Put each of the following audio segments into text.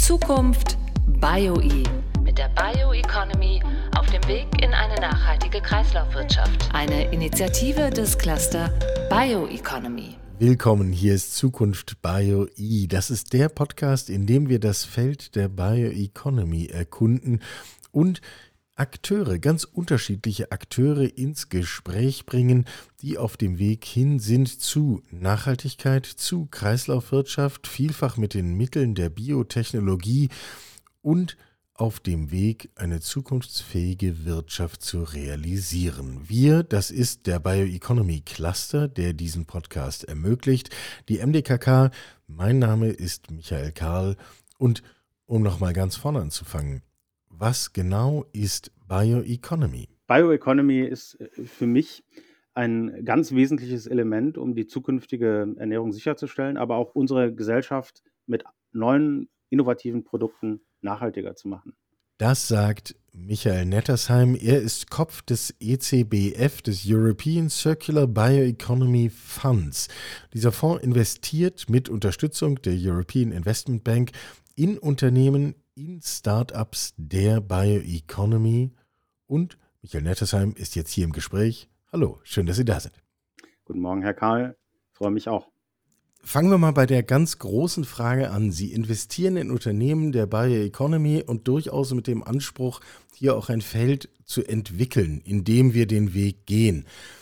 Zukunft BioE mit der Bioeconomy auf dem Weg in eine nachhaltige Kreislaufwirtschaft. Eine Initiative des Cluster Bioeconomy. Willkommen, hier ist Zukunft BioE. Das ist der Podcast, in dem wir das Feld der Bioeconomy erkunden und Akteure, ganz unterschiedliche Akteure ins Gespräch bringen, die auf dem Weg hin sind zu Nachhaltigkeit, zu Kreislaufwirtschaft, vielfach mit den Mitteln der Biotechnologie und auf dem Weg, eine zukunftsfähige Wirtschaft zu realisieren. Wir, das ist der Bioeconomy Cluster, der diesen Podcast ermöglicht, die MDKK. Mein Name ist Michael Karl und um nochmal ganz vorne anzufangen, was genau ist Bioeconomy? Bioeconomy ist für mich ein ganz wesentliches Element, um die zukünftige Ernährung sicherzustellen, aber auch unsere Gesellschaft mit neuen, innovativen Produkten nachhaltiger zu machen. Das sagt Michael Nettersheim. Er ist Kopf des ECBF, des European Circular Bioeconomy Funds. Dieser Fonds investiert mit Unterstützung der European Investment Bank in Unternehmen, in Startups der Bioeconomy. Und Michael Nettersheim ist jetzt hier im Gespräch. Hallo, schön, dass Sie da sind. Guten Morgen, Herr Karl. Freue mich auch. Fangen wir mal bei der ganz großen Frage an. Sie investieren in Unternehmen der Bioeconomy und durchaus mit dem Anspruch, hier auch ein Feld zu entwickeln, in dem wir den Weg gehen.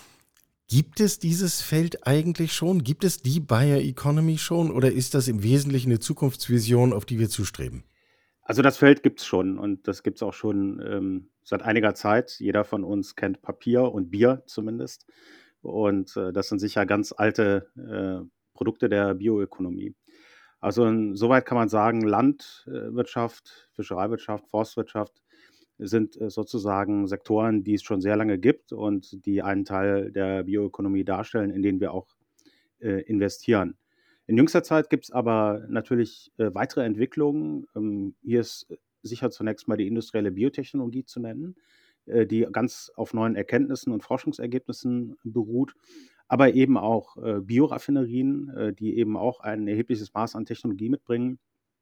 Gibt es dieses Feld eigentlich schon? Gibt es die Bioeconomy schon oder ist das im Wesentlichen eine Zukunftsvision, auf die wir zustreben? Also das Feld gibt es schon und das gibt es auch schon seit einiger Zeit. Jeder von uns kennt Papier und Bier zumindest. Und das sind sicher ganz alte Produkte der Bioökonomie. Also insoweit kann man sagen, Landwirtschaft, Fischereiwirtschaft, Forstwirtschaft sind sozusagen Sektoren, die es schon sehr lange gibt und die einen Teil der Bioökonomie darstellen, in denen wir auch investieren. In jüngster Zeit gibt es aber natürlich weitere Entwicklungen. Hier ist sicher zunächst mal die industrielle Biotechnologie zu nennen, die ganz auf neuen Erkenntnissen und Forschungsergebnissen beruht, aber eben auch Bioraffinerien, die eben auch ein erhebliches Maß an Technologie mitbringen.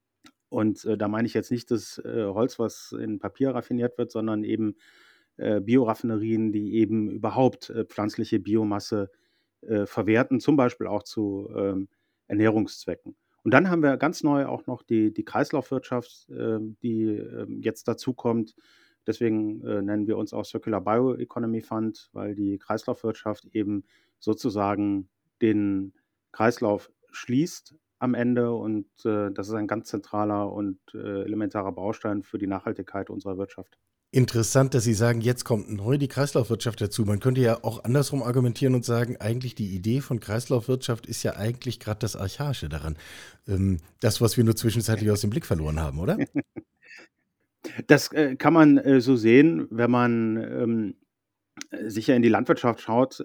Und da meine ich jetzt nicht das Holz, was in Papier raffiniert wird, sondern eben Bioraffinerien, die eben überhaupt pflanzliche Biomasse verwerten, zum Beispiel auch zu Ernährungszwecken. Und dann haben wir ganz neu auch noch die Kreislaufwirtschaft, die jetzt dazukommt. Deswegen nennen wir uns auch Circular Bioeconomy Fund, weil die Kreislaufwirtschaft eben sozusagen den Kreislauf schließt am Ende. Und das ist ein ganz zentraler und elementarer Baustein für die Nachhaltigkeit unserer Wirtschaft. Interessant, dass Sie sagen, jetzt kommt neu die Kreislaufwirtschaft dazu. Man könnte ja auch andersrum argumentieren und sagen, eigentlich die Idee von Kreislaufwirtschaft ist ja eigentlich gerade das Archaische daran. Das, was wir nur zwischenzeitlich aus dem Blick verloren haben, oder? Das kann man so sehen, wenn man sicher in die Landwirtschaft schaut.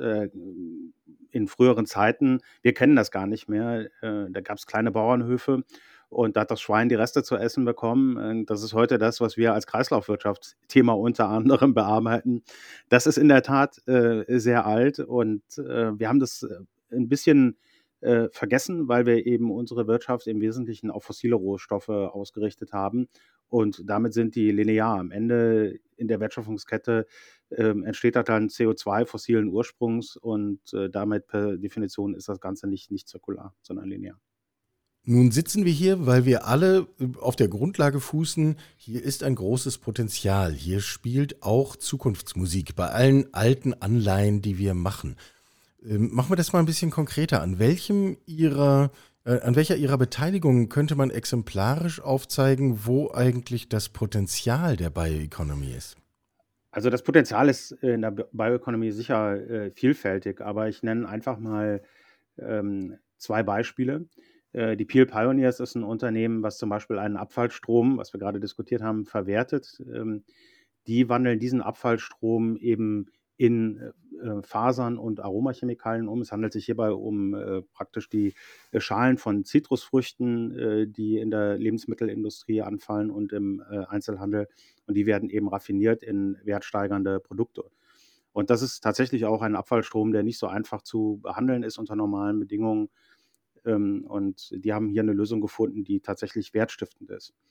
In früheren Zeiten, wir kennen das gar nicht mehr, da gab es kleine Bauernhöfe und da hat das Schwein die Reste zu essen bekommen. Das ist heute das, was wir als Kreislaufwirtschaftsthema unter anderem bearbeiten. Das ist in der Tat sehr alt und wir haben das ein bisschen vergessen, weil wir eben unsere Wirtschaft im Wesentlichen auf fossile Rohstoffe ausgerichtet haben. Und damit sind die linear. Am Ende in der Wertschöpfungskette entsteht da dann CO2 fossilen Ursprungs und damit per Definition ist das Ganze nicht zirkular, sondern linear. Nun sitzen wir hier, weil wir alle auf der Grundlage fußen, hier ist ein großes Potenzial. Hier spielt auch Zukunftsmusik bei allen alten Anleihen, die wir machen. Machen wir das mal ein bisschen konkreter. An welcher Ihrer Beteiligung könnte man exemplarisch aufzeigen, wo eigentlich das Potenzial der Bioeconomy ist? Also das Potenzial ist in der Bioeconomy sicher vielfältig, aber ich nenne einfach mal zwei Beispiele. Die Peel Pioneers ist ein Unternehmen, was zum Beispiel einen Abfallstrom, was wir gerade diskutiert haben, verwertet. Die wandeln diesen Abfallstrom eben in Fasern und Aromachemikalien um. Es handelt sich hierbei um praktisch die Schalen von Zitrusfrüchten, die in der Lebensmittelindustrie anfallen und im Einzelhandel. Und die werden eben raffiniert in wertsteigernde Produkte. Und das ist tatsächlich auch ein Abfallstrom, der nicht so einfach zu behandeln ist unter normalen Bedingungen. Und die haben hier eine Lösung gefunden, die tatsächlich wertstiftend ist.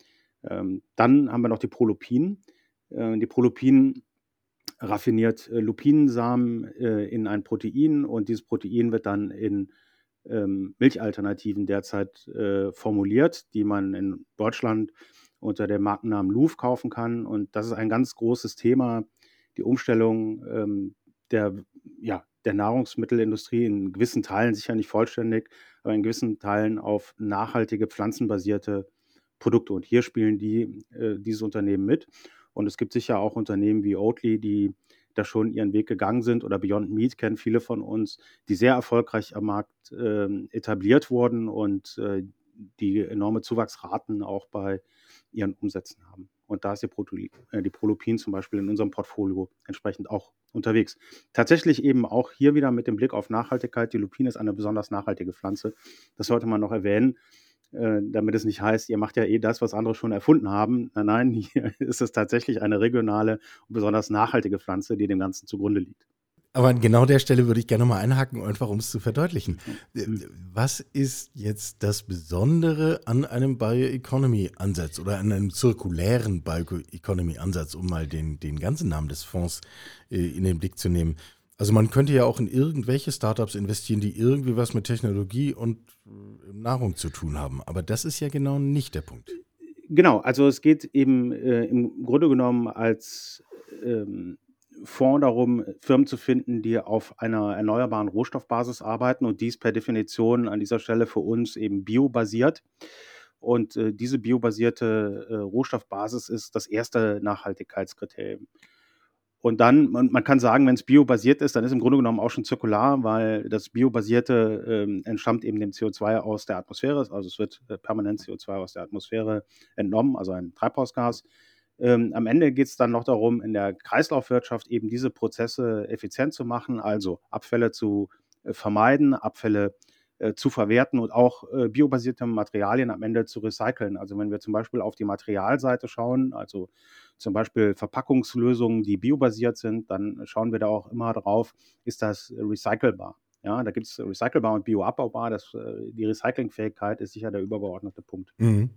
Dann haben wir noch die Prolupin. Die Prolupin raffiniert Lupinensamen in ein Protein und dieses Protein wird dann in Milchalternativen derzeit formuliert, die man in Deutschland unter dem Markennamen Louf kaufen kann. Und das ist ein ganz großes Thema, die Umstellung der Nahrungsmittelindustrie in gewissen Teilen, sicher nicht vollständig, aber in gewissen Teilen auf nachhaltige pflanzenbasierte Produkte. Und hier spielen dieses Unternehmen mit. Und es gibt sicher auch Unternehmen wie Oatly, die da schon ihren Weg gegangen sind, oder Beyond Meat kennen viele von uns, die sehr erfolgreich am Markt etabliert wurden und die enorme Zuwachsraten auch bei ihren Umsätzen haben. Und da ist die Prolupin zum Beispiel in unserem Portfolio entsprechend auch unterwegs. Tatsächlich eben auch hier wieder mit dem Blick auf Nachhaltigkeit. Die Lupin ist eine besonders nachhaltige Pflanze. Das sollte man noch erwähnen, damit es nicht heißt, ihr macht ja das, was andere schon erfunden haben. Nein, hier ist es tatsächlich eine regionale und besonders nachhaltige Pflanze, die dem Ganzen zugrunde liegt. Aber an genau der Stelle würde ich gerne mal einhaken, einfach um es zu verdeutlichen. Was ist jetzt das Besondere an einem Bioeconomy-Ansatz oder an einem zirkulären Bioeconomy-Ansatz, um mal den ganzen Namen des Fonds in den Blick zu nehmen? Also man könnte ja auch in irgendwelche Startups investieren, die irgendwie was mit Technologie und Nahrung zu tun haben. Aber das ist ja genau nicht der Punkt. Genau, also es geht eben im Grunde genommen als Fonds darum, Firmen zu finden, die auf einer erneuerbaren Rohstoffbasis arbeiten und dies per Definition an dieser Stelle für uns eben biobasiert. Und diese biobasierte Rohstoffbasis ist das erste Nachhaltigkeitskriterium. Und dann, man kann sagen, wenn es biobasiert ist, dann ist im Grunde genommen auch schon zirkular, weil das Biobasierte entstammt eben dem CO2 aus der Atmosphäre. Also es wird permanent CO2 aus der Atmosphäre entnommen, also ein Treibhausgas. Am Ende geht es dann noch darum, in der Kreislaufwirtschaft eben diese Prozesse effizient zu machen, also Abfälle zu vermeiden, Abfälle zu verwerten und auch biobasierte Materialien am Ende zu recyceln. Also wenn wir zum Beispiel auf die Materialseite schauen, also zum Beispiel Verpackungslösungen, die biobasiert sind, dann schauen wir da auch immer drauf, ist das recycelbar? Ja, da gibt es recycelbar und bioabbaubar. Die Recyclingfähigkeit ist sicher der übergeordnete Punkt. Mhm.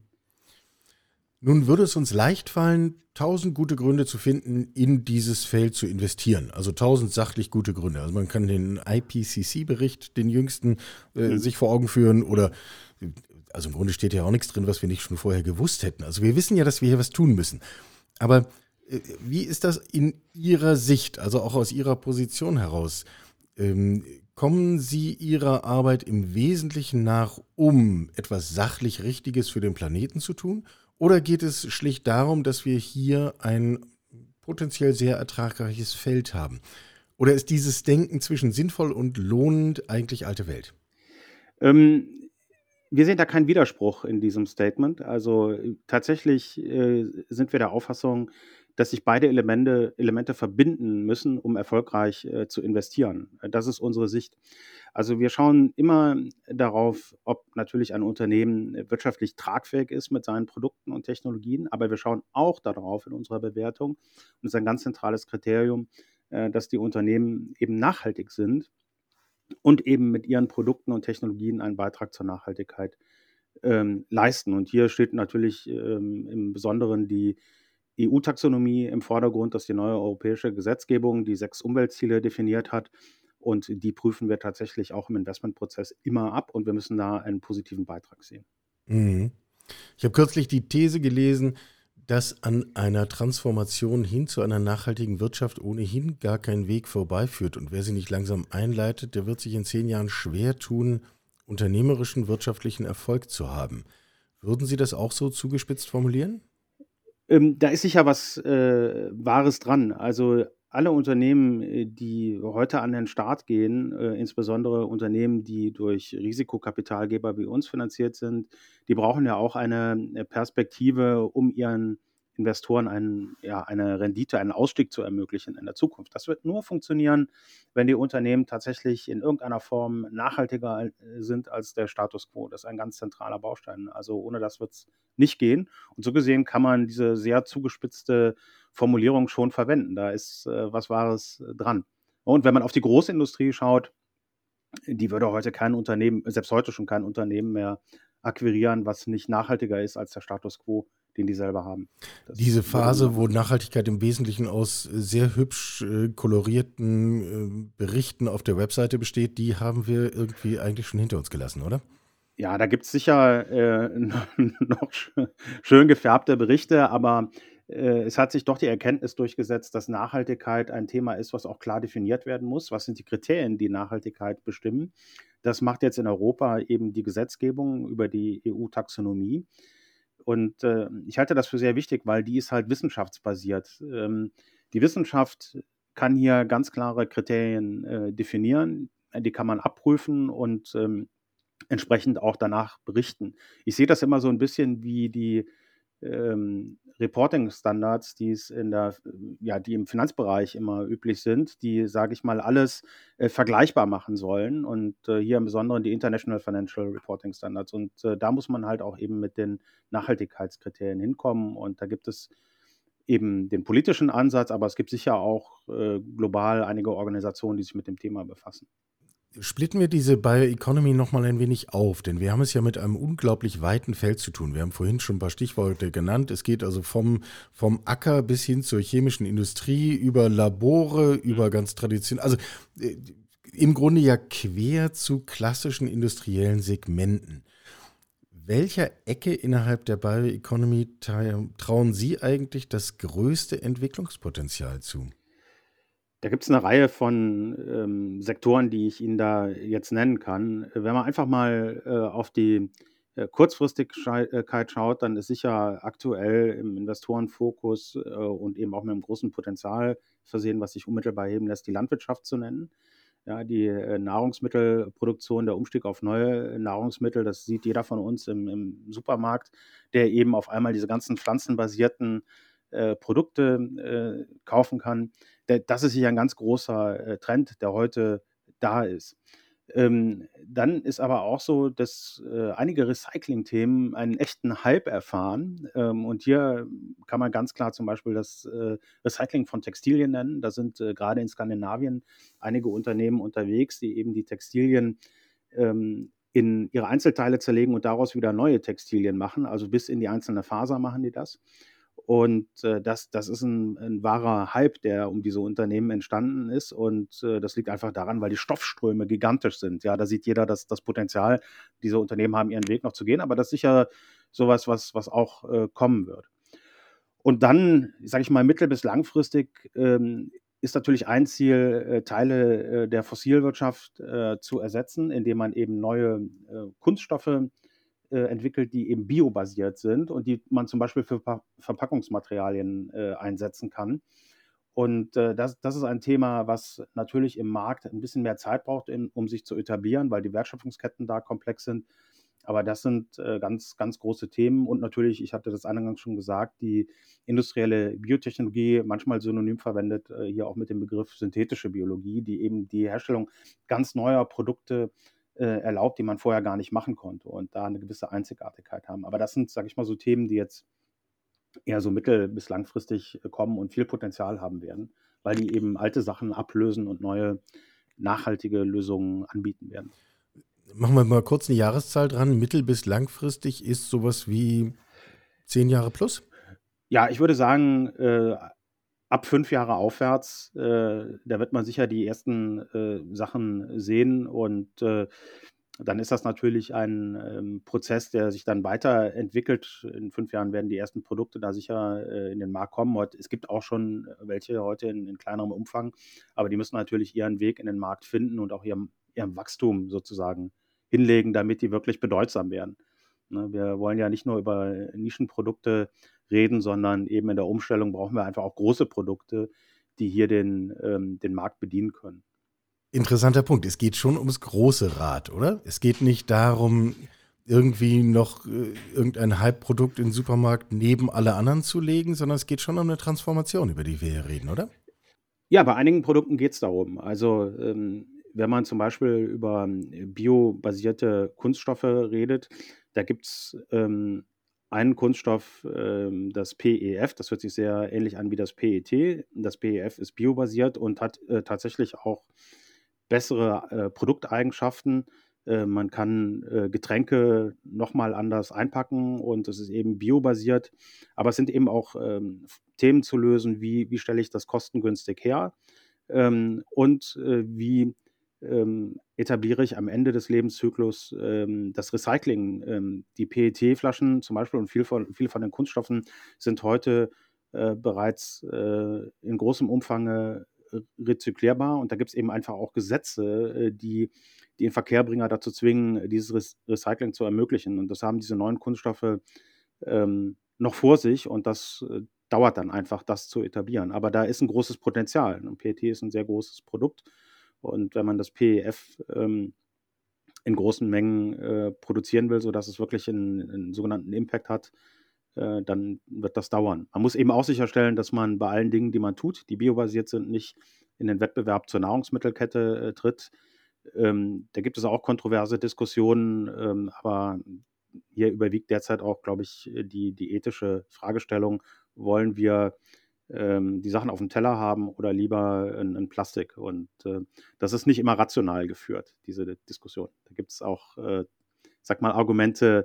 Nun würde es uns leicht fallen, 1000 gute Gründe zu finden, in dieses Feld zu investieren. Also 1000 sachlich gute Gründe. Also man kann den IPCC-Bericht, den jüngsten, sich vor Augen führen oder, also im Grunde steht ja auch nichts drin, was wir nicht schon vorher gewusst hätten. Also wir wissen ja, dass wir hier was tun müssen. Aber wie ist das in Ihrer Sicht, also auch aus Ihrer Position heraus? Kommen Sie Ihrer Arbeit im Wesentlichen nach, um etwas sachlich Richtiges für den Planeten zu tun? Oder geht es schlicht darum, dass wir hier ein potenziell sehr ertragreiches Feld haben? Oder ist dieses Denken zwischen sinnvoll und lohnend eigentlich alte Welt? Wir sehen da keinen Widerspruch in diesem Statement. Also tatsächlich sind wir der Auffassung, dass sich beide Elemente verbinden müssen, um erfolgreich zu investieren. Das ist unsere Sicht. Also wir schauen immer darauf, ob natürlich ein Unternehmen wirtschaftlich tragfähig ist mit seinen Produkten und Technologien, aber wir schauen auch darauf in unserer Bewertung, und das ist ein ganz zentrales Kriterium, dass die Unternehmen eben nachhaltig sind und eben mit ihren Produkten und Technologien einen Beitrag zur Nachhaltigkeit leisten. Und hier steht natürlich im Besonderen die EU-Taxonomie im Vordergrund, dass die neue europäische Gesetzgebung die 6 Umweltziele definiert hat. Und die prüfen wir tatsächlich auch im Investmentprozess immer ab und wir müssen da einen positiven Beitrag sehen. Mhm. Ich habe kürzlich die These gelesen, dass an einer Transformation hin zu einer nachhaltigen Wirtschaft ohnehin gar kein Weg vorbeiführt. Und wer sie nicht langsam einleitet, der wird sich in 10 Jahren schwer tun, unternehmerischen, wirtschaftlichen Erfolg zu haben. Würden Sie das auch so zugespitzt formulieren? Da ist sicher was Wahres dran. Also alle Unternehmen, die heute an den Start gehen, insbesondere Unternehmen, die durch Risikokapitalgeber wie uns finanziert sind, die brauchen ja auch eine Perspektive, um ihren Investoren eine Rendite, einen Ausstieg zu ermöglichen in der Zukunft. Das wird nur funktionieren, wenn die Unternehmen tatsächlich in irgendeiner Form nachhaltiger sind als der Status quo. Das ist ein ganz zentraler Baustein. Also ohne das wird es nicht gehen. Und so gesehen kann man diese sehr zugespitzte Formulierung schon verwenden. Da ist was Wahres dran. Und wenn man auf die Großindustrie schaut, die würde heute kein Unternehmen, selbst heute schon kein Unternehmen mehr akquirieren, was nicht nachhaltiger ist als der Status quo den die selber haben. Diese Phase, wo Nachhaltigkeit im Wesentlichen aus sehr hübsch kolorierten Berichten auf der Webseite besteht, die haben wir irgendwie eigentlich schon hinter uns gelassen, oder? Ja, da gibt's sicher noch schön gefärbte Berichte, aber es hat sich doch die Erkenntnis durchgesetzt, dass Nachhaltigkeit ein Thema ist, was auch klar definiert werden muss. Was sind die Kriterien, die Nachhaltigkeit bestimmen? Das macht jetzt in Europa eben die Gesetzgebung über die EU-Taxonomie. Und ich halte das für sehr wichtig, weil die ist halt wissenschaftsbasiert. Die Wissenschaft kann hier ganz klare Kriterien definieren, die kann man abprüfen und entsprechend auch danach berichten. Ich sehe das immer so ein bisschen wie die Reporting-Standards, die im Finanzbereich immer üblich sind, die, sage ich mal, alles vergleichbar machen sollen und hier im Besonderen die International Financial Reporting Standards. Und da muss man halt auch eben mit den Nachhaltigkeitskriterien hinkommen. Und da gibt es eben den politischen Ansatz, aber es gibt sicher auch global einige Organisationen, die sich mit dem Thema befassen. Splitten wir diese Bioeconomy nochmal ein wenig auf, denn wir haben es ja mit einem unglaublich weiten Feld zu tun. Wir haben vorhin schon ein paar Stichworte genannt. Es geht also vom Acker bis hin zur chemischen Industrie, über Labore, über ganz traditionell, also im Grunde ja quer zu klassischen industriellen Segmenten. Welcher Ecke innerhalb der Bioeconomy trauen Sie eigentlich das größte Entwicklungspotenzial zu? Da gibt es eine Reihe von Sektoren, die ich Ihnen da jetzt nennen kann. Wenn man einfach mal auf die Kurzfristigkeit schaut, dann ist sicher aktuell im Investorenfokus und eben auch mit einem großen Potenzial versehen, was sich unmittelbar heben lässt, die Landwirtschaft zu nennen. Ja, die Nahrungsmittelproduktion, der Umstieg auf neue Nahrungsmittel, das sieht jeder von uns im Supermarkt, der eben auf einmal diese ganzen pflanzenbasierten Produkte kaufen kann. Das ist hier ein ganz großer Trend, der heute da ist. Dann ist aber auch so, dass einige Recycling-Themen einen echten Hype erfahren. Und hier kann man ganz klar zum Beispiel das Recycling von Textilien nennen. Da sind gerade in Skandinavien einige Unternehmen unterwegs, die eben die Textilien in ihre Einzelteile zerlegen und daraus wieder neue Textilien machen. Also bis in die einzelne Faser machen die das. Und das ist ein wahrer Hype, der um diese Unternehmen entstanden ist. Und das liegt einfach daran, weil die Stoffströme gigantisch sind. Ja, da sieht jeder das Potenzial. Diese Unternehmen haben ihren Weg noch zu gehen, aber das ist sicher sowas, was auch kommen wird. Und dann, sage ich mal, mittel- bis langfristig ist natürlich ein Ziel, Teile der Fossilwirtschaft zu ersetzen, indem man eben neue Kunststoffe entwickelt, die eben biobasiert sind und die man zum Beispiel für Verpackungsmaterialien einsetzen kann. Und das ist ein Thema, was natürlich im Markt ein bisschen mehr Zeit braucht, um sich zu etablieren, weil die Wertschöpfungsketten da komplex sind. Aber das sind ganz, ganz große Themen. Und natürlich, ich hatte das eingangs schon gesagt, die industrielle Biotechnologie, manchmal synonym verwendet, hier auch mit dem Begriff synthetische Biologie, die eben die Herstellung ganz neuer Produkte erlaubt, die man vorher gar nicht machen konnte und da eine gewisse Einzigartigkeit haben. Aber das sind, sage ich mal, so Themen, die jetzt eher so mittel- bis langfristig kommen und viel Potenzial haben werden, weil die eben alte Sachen ablösen und neue nachhaltige Lösungen anbieten werden. Machen wir mal kurz eine Jahreszahl dran. Mittel- bis langfristig ist sowas wie 10 Jahre plus? Ja, ich würde sagen, ab 5 Jahre aufwärts, da wird man sicher die ersten Sachen sehen und dann ist das natürlich ein Prozess, der sich dann weiterentwickelt. In 5 Jahren werden die ersten Produkte da sicher in den Markt kommen. Es gibt auch schon welche heute in kleinerem Umfang, aber die müssen natürlich ihren Weg in den Markt finden und auch ihrem Wachstum sozusagen hinlegen, damit die wirklich bedeutsam werden. Ne, wir wollen ja nicht nur über Nischenprodukte reden, sondern eben in der Umstellung brauchen wir einfach auch große Produkte, die hier den Markt bedienen können. Interessanter Punkt. Es geht schon ums große Rad, oder? Es geht nicht darum, irgendwie noch irgendein Hype-Produkt im Supermarkt neben alle anderen zu legen, sondern es geht schon um eine Transformation, über die wir hier reden, oder? Ja, bei einigen Produkten geht es darum. Also wenn man zum Beispiel über biobasierte Kunststoffe redet, da gibt es einen Kunststoff, das PEF, das hört sich sehr ähnlich an wie das PET. Das PEF ist biobasiert und hat tatsächlich auch bessere Produkteigenschaften Man kann Getränke nochmal anders einpacken und es ist eben biobasiert. Aber es sind eben auch Themen zu lösen, wie stelle ich das kostengünstig her und wie etabliere ich am Ende des Lebenszyklus das Recycling. Die PET-Flaschen zum Beispiel und viele von den Kunststoffen sind heute bereits in großem Umfang rezyklierbar. Und da gibt es eben einfach auch Gesetze, die den Verkehrbringer dazu zwingen, dieses Recycling zu ermöglichen. Und das haben diese neuen Kunststoffe noch vor sich und das dauert dann einfach, das zu etablieren. Aber da ist ein großes Potenzial. Und PET ist ein sehr großes Produkt. Und wenn man das PEF in großen Mengen produzieren will, sodass es wirklich einen sogenannten Impact hat, dann wird das dauern. Man muss eben auch sicherstellen, dass man bei allen Dingen, die man tut, die biobasiert sind, nicht in den Wettbewerb zur Nahrungsmittelkette tritt. Da gibt es auch kontroverse Diskussionen, aber hier überwiegt derzeit auch, glaube ich, die ethische Fragestellung, wollen wir die Sachen auf dem Teller haben oder lieber in Plastik? Und das ist nicht immer rational geführt, diese Diskussion. Da gibt es auch, sag mal, Argumente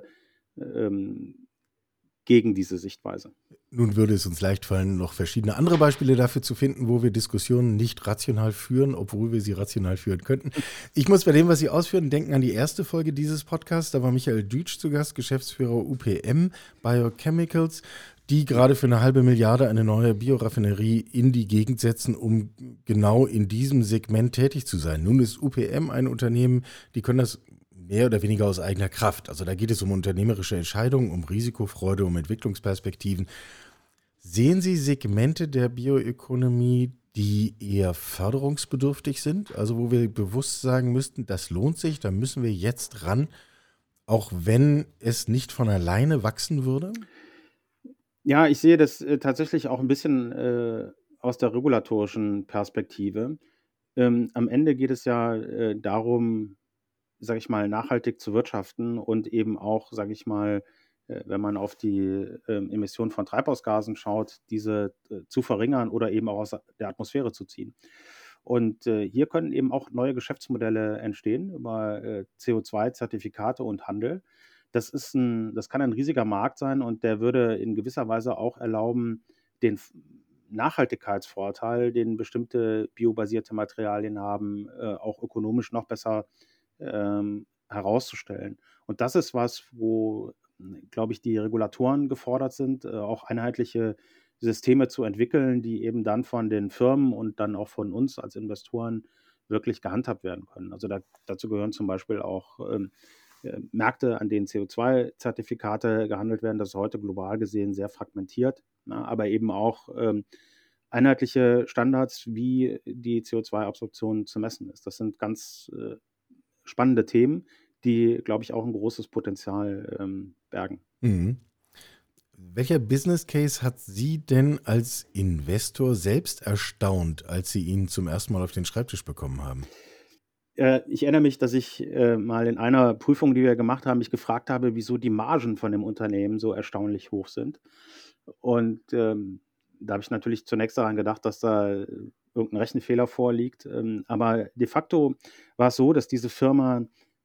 gegen diese Sichtweise. Nun würde es uns leicht fallen, noch verschiedene andere Beispiele dafür zu finden, wo wir Diskussionen nicht rational führen, obwohl wir sie rational führen könnten. Ich muss bei dem, was Sie ausführen, denken an die erste Folge dieses Podcasts. Da war Michael Dütsch zu Gast, Geschäftsführer UPM Biochemicals, die gerade für 500 Milliarden eine neue Bioraffinerie in die Gegend setzen, um genau in diesem Segment tätig zu sein. Nun ist UPM ein Unternehmen, die können das mehr oder weniger aus eigener Kraft. Also da geht es um unternehmerische Entscheidungen, um Risikofreude, um Entwicklungsperspektiven. Sehen Sie Segmente der Bioökonomie, die eher förderungsbedürftig sind? Also wo wir bewusst sagen müssten, das lohnt sich, da müssen wir jetzt ran, auch wenn es nicht von alleine wachsen würde? Ja, ich sehe das tatsächlich auch ein bisschen aus der regulatorischen Perspektive. Am Ende geht es ja darum, sage ich mal, nachhaltig zu wirtschaften und eben auch, sage ich mal, wenn man auf die Emissionen von Treibhausgasen schaut, diese zu verringern oder eben auch aus der Atmosphäre zu ziehen. Und hier können eben auch neue Geschäftsmodelle entstehen über CO2-Zertifikate und Handel. Das kann ein riesiger Markt sein und der würde in gewisser Weise auch erlauben, den Nachhaltigkeitsvorteil, den bestimmte biobasierte Materialien haben, auch ökonomisch noch besser herauszustellen. Und das ist was, wo, glaube ich, die Regulatoren gefordert sind, auch einheitliche Systeme zu entwickeln, die eben dann von den Firmen und dann auch von uns als Investoren wirklich gehandhabt werden können. Also dazu gehören zum Beispiel auch Märkte, an denen CO2-Zertifikate gehandelt werden. Das ist heute global gesehen sehr fragmentiert, aber eben auch einheitliche Standards, wie die CO2-Absorption zu messen ist. Das sind ganz spannende Themen, die, glaube ich, auch ein großes Potenzial bergen. Mhm. Welcher Business Case hat Sie denn als Investor selbst erstaunt, als Sie ihn zum ersten Mal auf den Schreibtisch bekommen haben? Ich erinnere mich, dass ich mal in einer Prüfung, die wir gemacht haben, mich gefragt habe, wieso die Margen von dem Unternehmen so erstaunlich hoch sind. Und da habe ich natürlich zunächst daran gedacht, dass da irgendein Rechenfehler vorliegt. Aber de facto war es so, dass diese Firma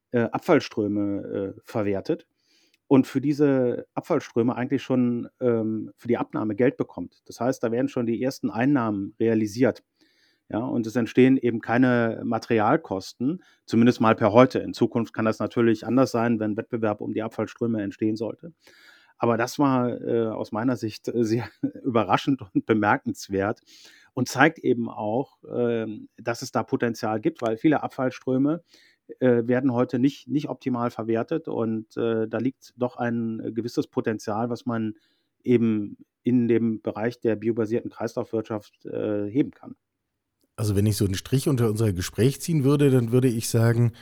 Abfallströme verwertet und für diese Abfallströme eigentlich schon für die Abnahme Geld bekommt. Das heißt, da werden schon die ersten Einnahmen realisiert. Ja, und es entstehen eben keine Materialkosten, zumindest mal per heute. In Zukunft kann das natürlich anders sein, wenn Wettbewerb um die Abfallströme entstehen sollte. Aber das war aus meiner Sicht sehr überraschend und bemerkenswert und zeigt eben auch, dass es da Potenzial gibt, weil viele Abfallströme werden heute nicht optimal verwertet und da liegt doch ein gewisses Potenzial, was man eben in dem Bereich der biobasierten Kreislaufwirtschaft heben kann. Also wenn ich so einen Strich unter unser Gespräch ziehen würde, dann würde ich sagen,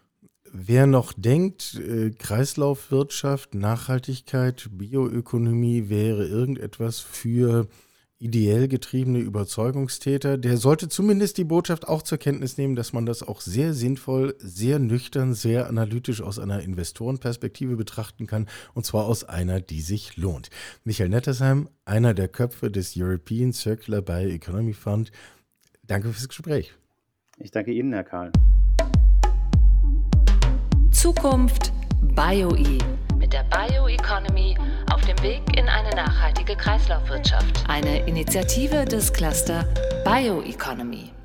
wer noch denkt, Kreislaufwirtschaft, Nachhaltigkeit, Bioökonomie wäre irgendetwas für ideell getriebene Überzeugungstäter, der sollte zumindest die Botschaft auch zur Kenntnis nehmen, dass man das auch sehr sinnvoll, sehr nüchtern, sehr analytisch aus einer Investorenperspektive betrachten kann, und zwar aus einer, die sich lohnt. Michael Nettesheim, einer der Köpfe des European Circular Bioeconomy Fund. Danke fürs Gespräch. Ich danke Ihnen, Herr Karl. Zukunft BioE mit der Bioeconomy auf dem Weg in eine nachhaltige Kreislaufwirtschaft. Eine Initiative des Cluster Bioeconomy.